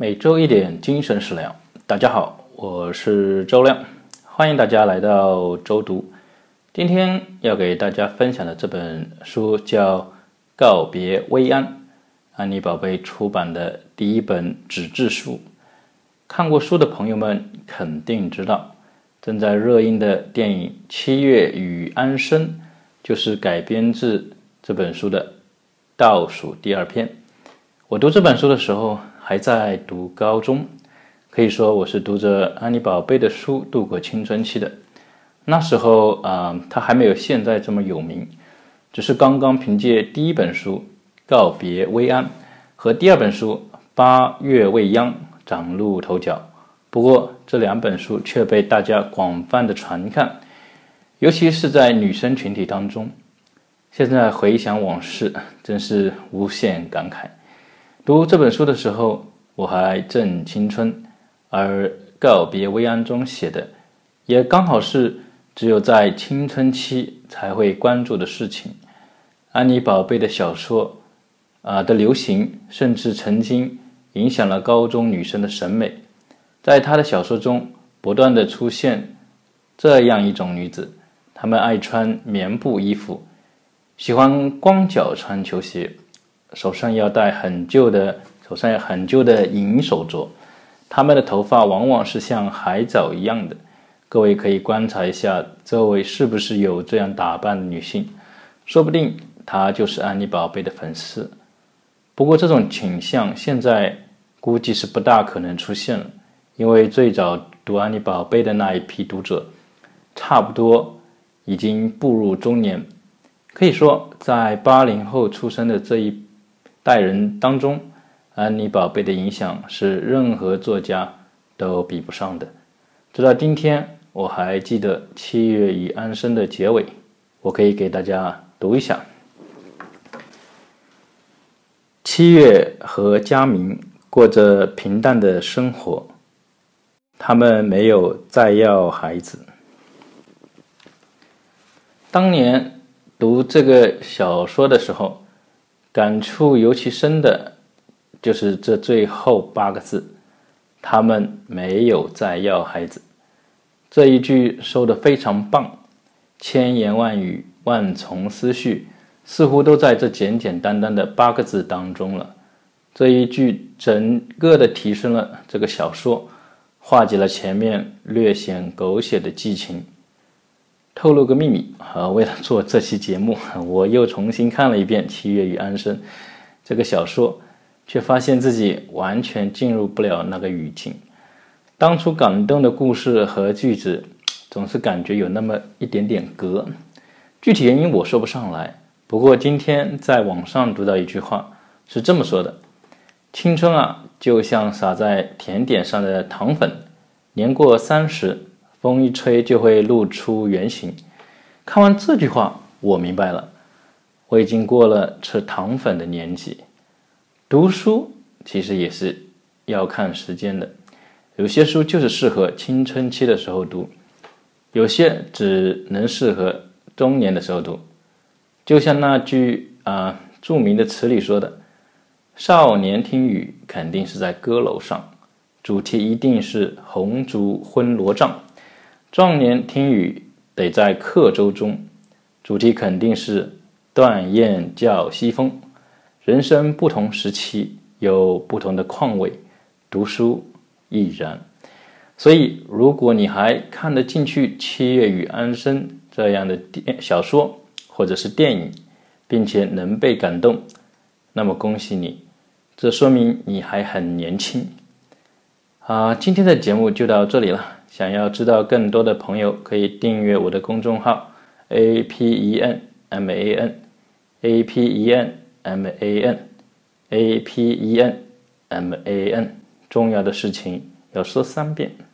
每周一点精神食粮。大家好，我是周亮，欢迎大家来到周读。今天要给大家分享的这本书叫《告别薇安》，安妮宝贝出版的第一本纸质书。看过书的朋友们肯定知道，正在热映的电影《七月与安生》就是改编自这本书的倒数第二篇。我读这本书的时候还在读高中，可以说我是读着安妮宝贝的书度过青春期的。那时候他还没有现在这么有名，只是刚刚凭借第一本书《告别薇安》和第二本书《八月未央》崭露头角。不过这两本书却被大家广泛的传看，尤其是在女生群体当中。现在回想往事，真是无限感慨。读这本书的时候，我还正青春，而《告别薇安》中写的，也刚好是只有在青春期才会关注的事情。安妮宝贝的小说的流行，甚至曾经影响了高中女生的审美。在她的小说中，不断的出现这样一种女子，她们爱穿棉布衣服，喜欢光脚穿球鞋，手上要戴很旧的银手镯，她们的头发往往是像海藻一样的。各位可以观察一下周围是不是有这样打扮的女性，说不定她就是安妮宝贝的粉丝。不过这种倾向现在估计是不大可能出现了，因为最早读安妮宝贝的那一批读者差不多已经步入中年。可以说在80后出生的这一代人当中，安妮宝贝的影响是任何作家都比不上的。直到今天我还记得《七月与安生》的结尾，我可以给大家读一下。七月和佳明过着平淡的生活，他们没有再要孩子。当年读这个小说的时候，感触尤其深的就是这最后8个字，他们没有再要孩子。这一句说得非常棒，千言万语万重思绪似乎都在这简简单单的8个字当中了。这一句整个的提升了这个小说，化解了前面略显狗血的激情。透露个秘密为了做这期节目，我又重新看了一遍《七月与安生》这个小说，却发现自己完全进入不了那个语境。当初感动的故事和句子总是感觉有那么一点点隔，具体原因我说不上来。不过今天在网上读到一句话是这么说的：青春就像撒在甜点上的糖粉，年过30，风一吹就会露出原形。看完这句话我明白了，我已经过了吃糖粉的年纪。读书其实也是要看时间的，有些书就是适合青春期的时候读，有些只能适合中年的时候读。就像那句著名的词里说的，少年听雨肯定是在歌楼上，主题一定是红烛昏罗帐；壮年听雨得在客舟中，主题肯定是断雁叫西风。人生不同时期有不同的况味，读书亦然。所以如果你还看得进去《七月与安生》这样的小说或者是电影，并且能被感动，那么恭喜你，这说明你还很年轻。今天的节目就到这里了。想要知道更多的朋友可以订阅我的公众号 APEN MAN APEN MAN APEN MAN， 重要的事情要说3遍。